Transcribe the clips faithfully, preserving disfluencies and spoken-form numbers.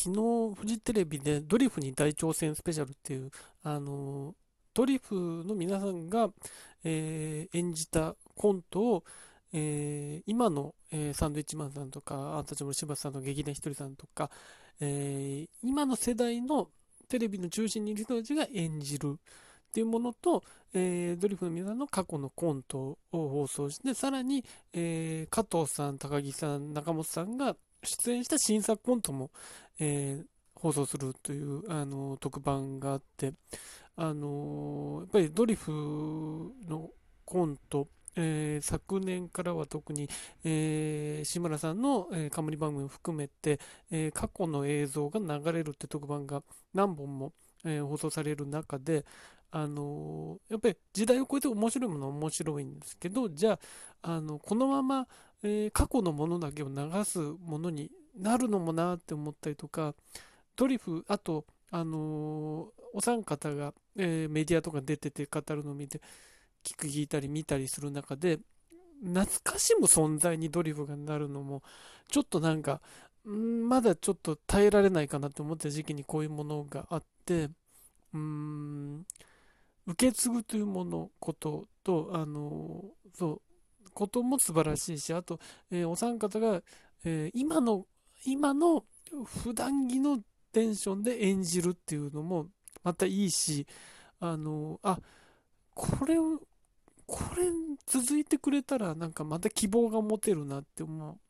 昨日フジテレビでドリフに大挑戦スペシャルっていう、あの、ドリフの皆さんが、えー演じたコントを、えー今の、えーサンドウィッチマンさんとか、アンタッチャブル柴田さんの劇団ひとりさんとか、えー今の世代のテレビの中心にいる人たちが演じるっていうものと、えードリフの皆さんの過去のコントを放送して、さらに、えー加藤さん、高木さん、中本さんが出演した新作コントも、えー放送するというあの特番があって、あのやっぱりドリフのコント、えー昨年からは特に、えー志村さんの、えー冠番組を含めて、えー過去の映像が流れるって特番が何本も、えー放送される中で、あのやっぱり時代を超えて面白いものは面白いんですけど、じゃあ、あのこのまま、えー過去のものだけを流すものになるのもなって思ったりとか、ドリフ、あと、あのーお三方が、えーメディアとか出てて語るのを見て、聞く聞いたり見たりする中で、懐かしむ存在にドリフがなるのも、ちょっとなんか、んまだちょっと耐えられないかなって思った時期にこういうものがあって、うーん、受け継ぐというもの、ことと、あのーそう、ことも素晴らしいし、あと、えーお三方が、えー今の、今の普段着のテンションで演じるっていうのもまたいいし、あのーあ、これを、これ続いてくれたらなんかまた希望が持てるなって思って、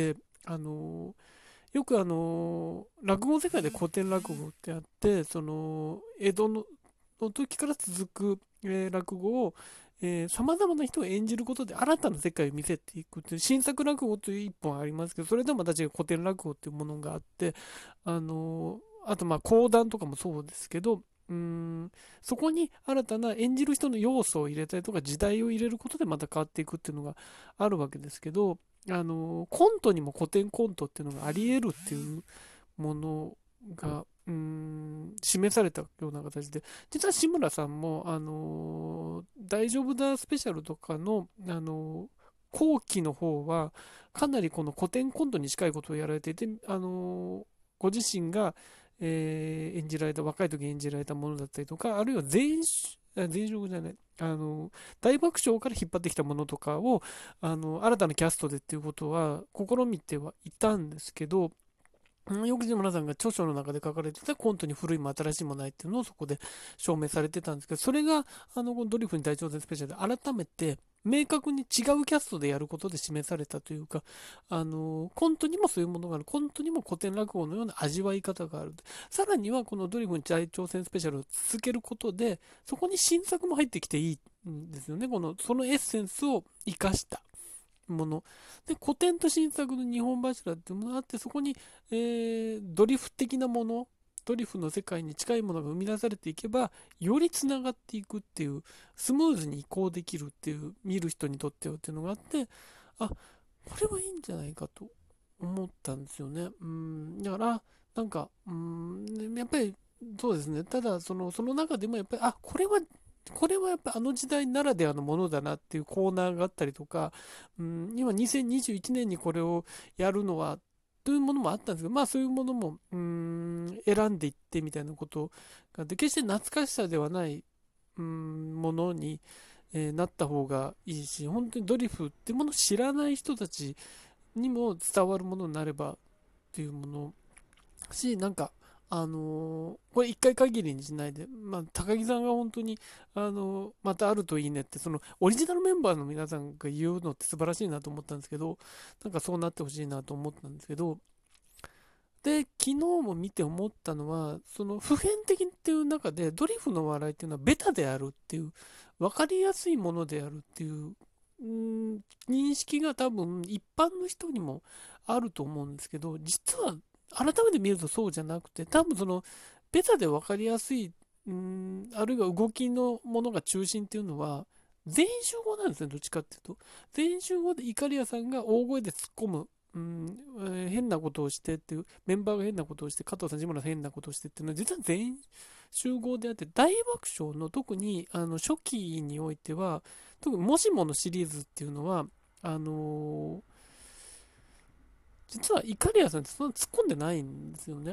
あのーよくあのー落語世界で古典落語ってあって、その、江戸のの時から続く、えー落語を、えー、様々な人を演じることで新たな世界を見せていくっていう新作落語という一本ありますけど、それでも私が古典落語っていうものがあって、あのーあとまあ講談とかもそうですけど、うーんそこに新たな演じる人の要素を入れたりとか時代を入れることでまた変わっていくっていうのがあるわけですけど、あのコントにも古典コントっていうのがあり得るっていうものが、うーん、示されたような形で、実は志村さんも、あの大丈夫だスペシャルとかの、あの後期の方は、かなりこの古典コントに近いことをやられていて、あのご自身が、えー演じられた、若い時に演じられたものだったりとか、あるいは全員、全職じゃない、あの、大爆笑から引っ張ってきたものとかを、あの、新たなキャストでっていうことは試みてはいたんですけど、よく志村さんが著書の中で書かれてたコントに古いも新しいもないっていうのをそこで証明されてたんですけど、それがあのドリフに大挑戦スペシャルで改めて明確に違うキャストでやることで示されたというか、あのコントにもそういうものがある、コントにも古典落語のような味わい方がある、さらにはこのドリフに大挑戦スペシャルを続けることでそこに新作も入ってきていいんですよね。このそのエッセンスを生かしたもので、古典と新作の二本柱っていうものがあって、そこに、えードリフ的なもの、ドリフの世界に近いものが生み出されていけばよりつながっていくっていう、スムーズに移行できるっていう、見る人にとってはっていうのがあって、あ、これはいいんじゃないかと思ったんですよね。うんだからなんか、うんやっぱりそうですね。ただそのその中でもやっぱり、あ、これはこれはやっぱあの時代ならではのものだなっていうコーナーがあったりとか、うん、今にせんにじゅういちねんにこれをやるのはというものもあったんですけど、まあそういうものもうーん選んでいってみたいなことがで、決して懐かしさではない、うーんものに、えーなった方がいいし、本当にドリフっていうものを知らない人たちにも伝わるものになればっていうものし、なんか、あのーこれ一回限りにしないで、まあ、高木さんが本当に、あのーまたあるといいねって、その、オリジナルメンバーの皆さんが言うのって素晴らしいなと思ったんですけど、なんかそうなってほしいなと思ったんですけど、で、昨日も見て思ったのは、その普遍的っていう中で、ドリフの笑いっていうのはベタであるっていう、分かりやすいものであるっていう、うーん認識が多分一般の人にもあると思うんですけど、実は改めて見るとそうじゃなくて、多分そのベタで分かりやすい、うーんあるいは動きのものが中心っていうのは、全員集合なんですね、どっちかっていうと。全員集合でイカリアさんが大声で突っ込む、うん、えー変なことをしてっていう、メンバーが変なことをして、加藤さん、志村さん変なことをしてっていうのは、実は全員集合であって、大爆笑の特にあの初期においては、特にもしものシリーズっていうのは、あのー実はイカリアさんってそんな突っ込んでないんですよね。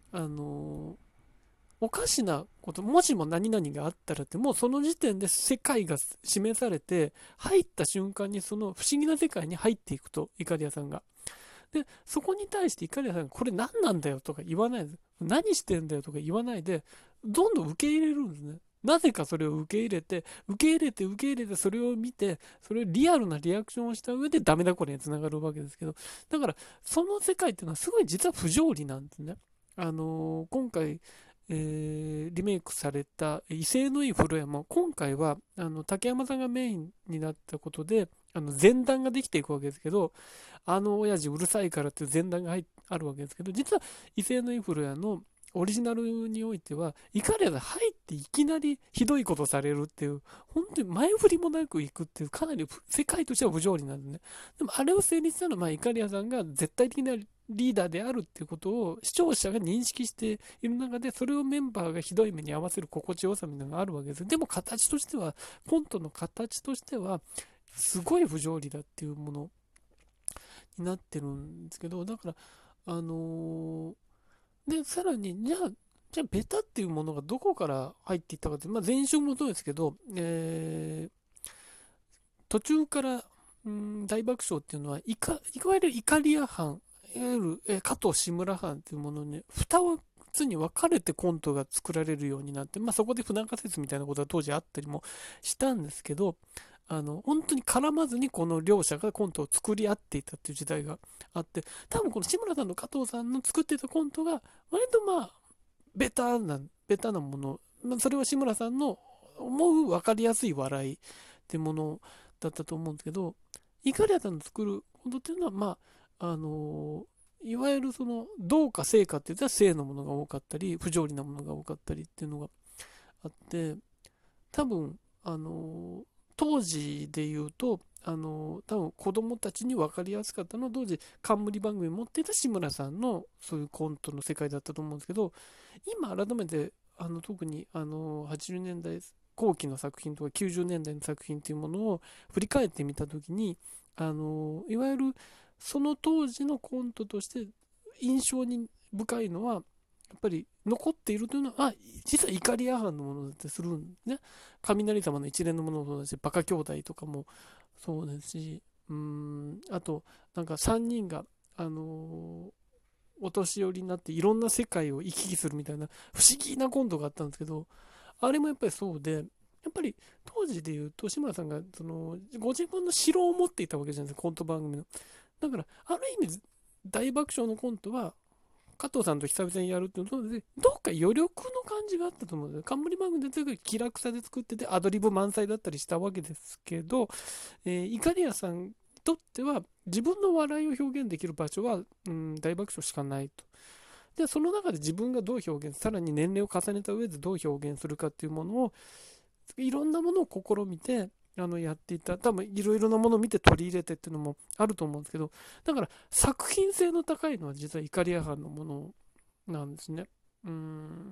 あのおかしなこと、もしも何々があったらって、もうその時点で世界が示されて、入った瞬間にその不思議な世界に入っていくと、イカリアさんが。で、そこに対してイカリアさんがこれ何なんだよとか言わないです。何してんだよとか言わないで、どんどん受け入れるんですね。なぜかそれを受け入れて、受け入れて受け入れてそれを見て、それをリアルなリアクションをした上でダメだこれにつながるわけですけど、だからその世界っていうのはすごい実は不条理なんですね。あのー今回、えーリメイクされた威勢のいい風呂屋も今回はあの竹山さんがメインになったことであの前段ができていくわけですけど、あの親父うるさいからっていう前段が入っあるわけですけど、実は威勢のいい風呂屋のオリジナルにおいては、イカリアが入っていきなりひどいことされるっていう、本当に前振りもなくいくっていう、かなり世界としては不条理なんですね。でもあれを成立したのは、まあ、イカリアさんが絶対的なリーダーであるっていうことを視聴者が認識している中で、それをメンバーがひどい目に合わせる心地よさみたいなのがあるわけです。でも形としては、コントの形としては、すごい不条理だっていうものになってるんですけど、だから、あのーで、さらに、じゃあ、じゃあ、ベタっていうものがどこから入っていったかって、まあ、前職もそうですけど、えー途中から、うん、大爆笑っていうのは、いか、いわゆるイカリア班、いわゆる、えー加藤志村班っていうものに、二つに分かれてコントが作られるようになって、まあ、そこで不仲説みたいなことが当時あったりもしたんですけど、あの、本当に絡まずにこの両者がコントを作り合っていたっていう時代があって、多分この志村さんと加藤さんの作っていたコントが、割とまあ、ベタな、ベタなもの、まあ、それは志村さんの思う分かりやすい笑いってものだったと思うんですけど、イカリアさんの作ることっていうのは、まあ、あのいわゆるその、動か静かって言ったら静のものが多かったり、不条理なものが多かったりっていうのがあって、多分、あの当時で言うと、あの多分子供たちに分かりやすかったのは当時冠番組持っていた志村さんのそういうコントの世界だったと思うんですけど、今改めてあの特にあのはちじゅうねんだい後期の作品とかきゅうじゅうねんだいの作品っていうものを振り返ってみたときに、あのいわゆるその当時のコントとして印象に深いのはやっぱり残っているというのは、あ、実は怒りアハンのものだってするんね。雷様の一連のものもそうだし、バカ兄弟とかもそうですし、うーん、あと、なんかさんにんが、あのーお年寄りになっていろんな世界を行き来するみたいな不思議なコントがあったんですけど、あれもやっぱりそうで、やっぱり当時で言うと、志村さんがそのご自分の城を持っていたわけじゃないですか、コント番組の。だから、ある意味、大爆笑のコントは、加藤さんと久々にやるっていうので、どっか余力の感じがあったと思うんですよ。冠番組で気楽さで作ってて、アドリブ満載だったりしたわけですけど、えー、イカリアさんにとっては、自分の笑いを表現できる場所は、うん、大爆笑しかないと。で、その中で自分がどう表現、さらに年齢を重ねた上でどう表現するかっていうものを、いろんなものを試みて、あのやっていた、多分いろいろなものを見て取り入れてっていうのもあると思うんですけど、だから作品性の高いのは実はイカリア班のものなんですね。うん。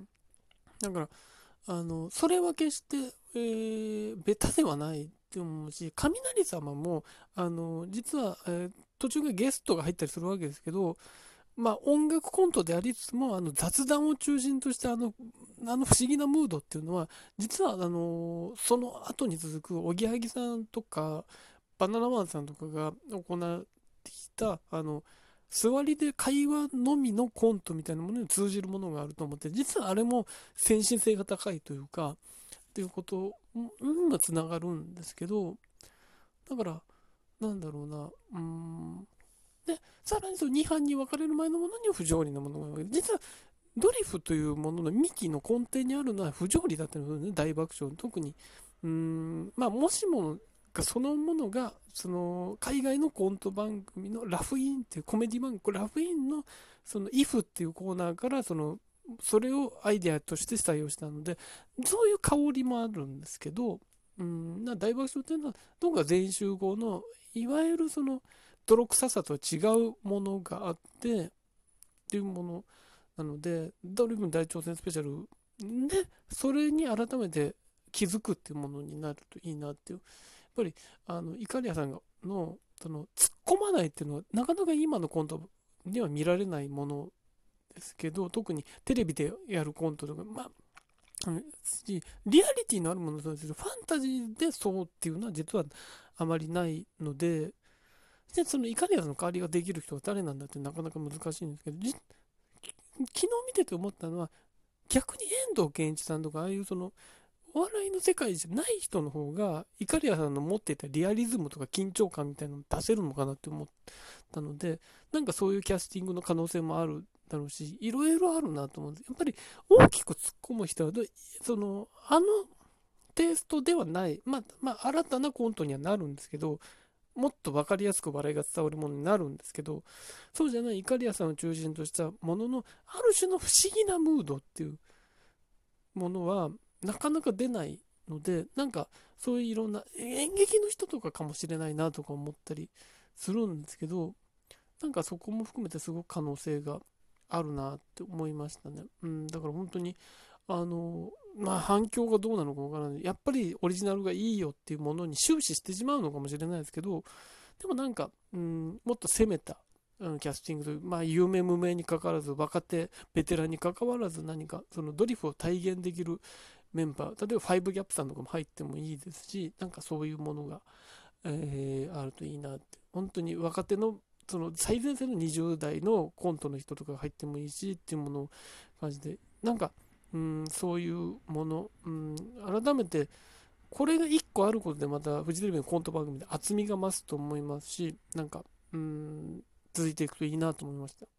だから、あの、それは決して、えー、ベタではないって思うし、雷様も、あの、実は、えー途中からゲストが入ったりするわけですけど、まあ、音楽コントでありつつも、あの雑談を中心としたあの、あの不思議なムードっていうのは、実はあのその後に続くおぎやはぎさんとか、バナナマンさんとかが行ってきた、あの、座りで会話のみのコントみたいなものに通じるものがあると思って、実はあれも先進性が高いというか、っていうことにもつながるんですけど、だから、なんだろうな、うーん、で、さらにそのに班に分かれる前のものには不条理なものがある。実はドリフというものの幹の根底にあるのは不条理だったんですね、大爆笑。特に、うーん、まあ、もしもがそのものが、その海外のコント番組のラフインっていうコメディ番組、これラフインのその イフ っていうコーナーからその、それをアイデアとして採用したので、そういう香りもあるんですけど、うん、な大爆笑っていうのは、どこか全員集合の、いわゆるその、泥臭さとは違うものがあってっていうものなので、ドリブン大挑戦スペシャルでそれに改めて気づくっていうものになるといいなっていう。やっぱりあのイカリアさんのその突っ込まないっていうのはなかなか今のコントには見られないものですけど、特にテレビでやるコントとか、まあ、あのしリアリティのあるものそうですけど、ファンタジーでそうっていうのは実はあまりないので、でそのイカリアスの代わりができる人は誰なんだってなかなか難しいんですけど、じ昨日見てて思ったのは、逆に遠藤憲一さんとか、ああいうそのお笑いの世界じゃない人の方が、イカリアさんの持っていたリアリズムとか緊張感みたいなの出せるのかなって思ったので、なんかそういうキャスティングの可能性もあるだろうし、いろいろあるなと思うんです。やっぱり大きく突っ込む人はど、その、あのテイストではない、まあ、まあ、新たなコントにはなるんですけど、もっと分かりやすく笑いが伝わるものになるんですけど、そうじゃないイカリアさんを中心としたものの、ある種の不思議なムードっていうものはなかなか出ないので、なんかそういういろんな演劇の人とかかもしれないなとか思ったりするんですけど、なんかそこも含めてすごく可能性があるなって思いましたね。うん、だから本当に、あの、まあ反響がどうなのかわからない。やっぱりオリジナルがいいよっていうものに終始してしまうのかもしれないですけど、でもなんか、うん、もっと攻めた、うん、キャスティングという、まあ、有名無名にかかわらず、若手、ベテランにかかわらず、何か、そのドリフを体現できるメンバー、例えばファイブギャップさんとかも入ってもいいですし、なんかそういうものが、えーあるといいなって。本当に若手の、その最前線のにじゅう代のコントの人とかが入ってもいいしっていうものを感じで、なんか、うん、そういうもの、うん、改めて、これがいっこあることでまたフジテレビのコント番組で厚みが増すと思いますし、なんか、うーん、続いていくといいなと思いました。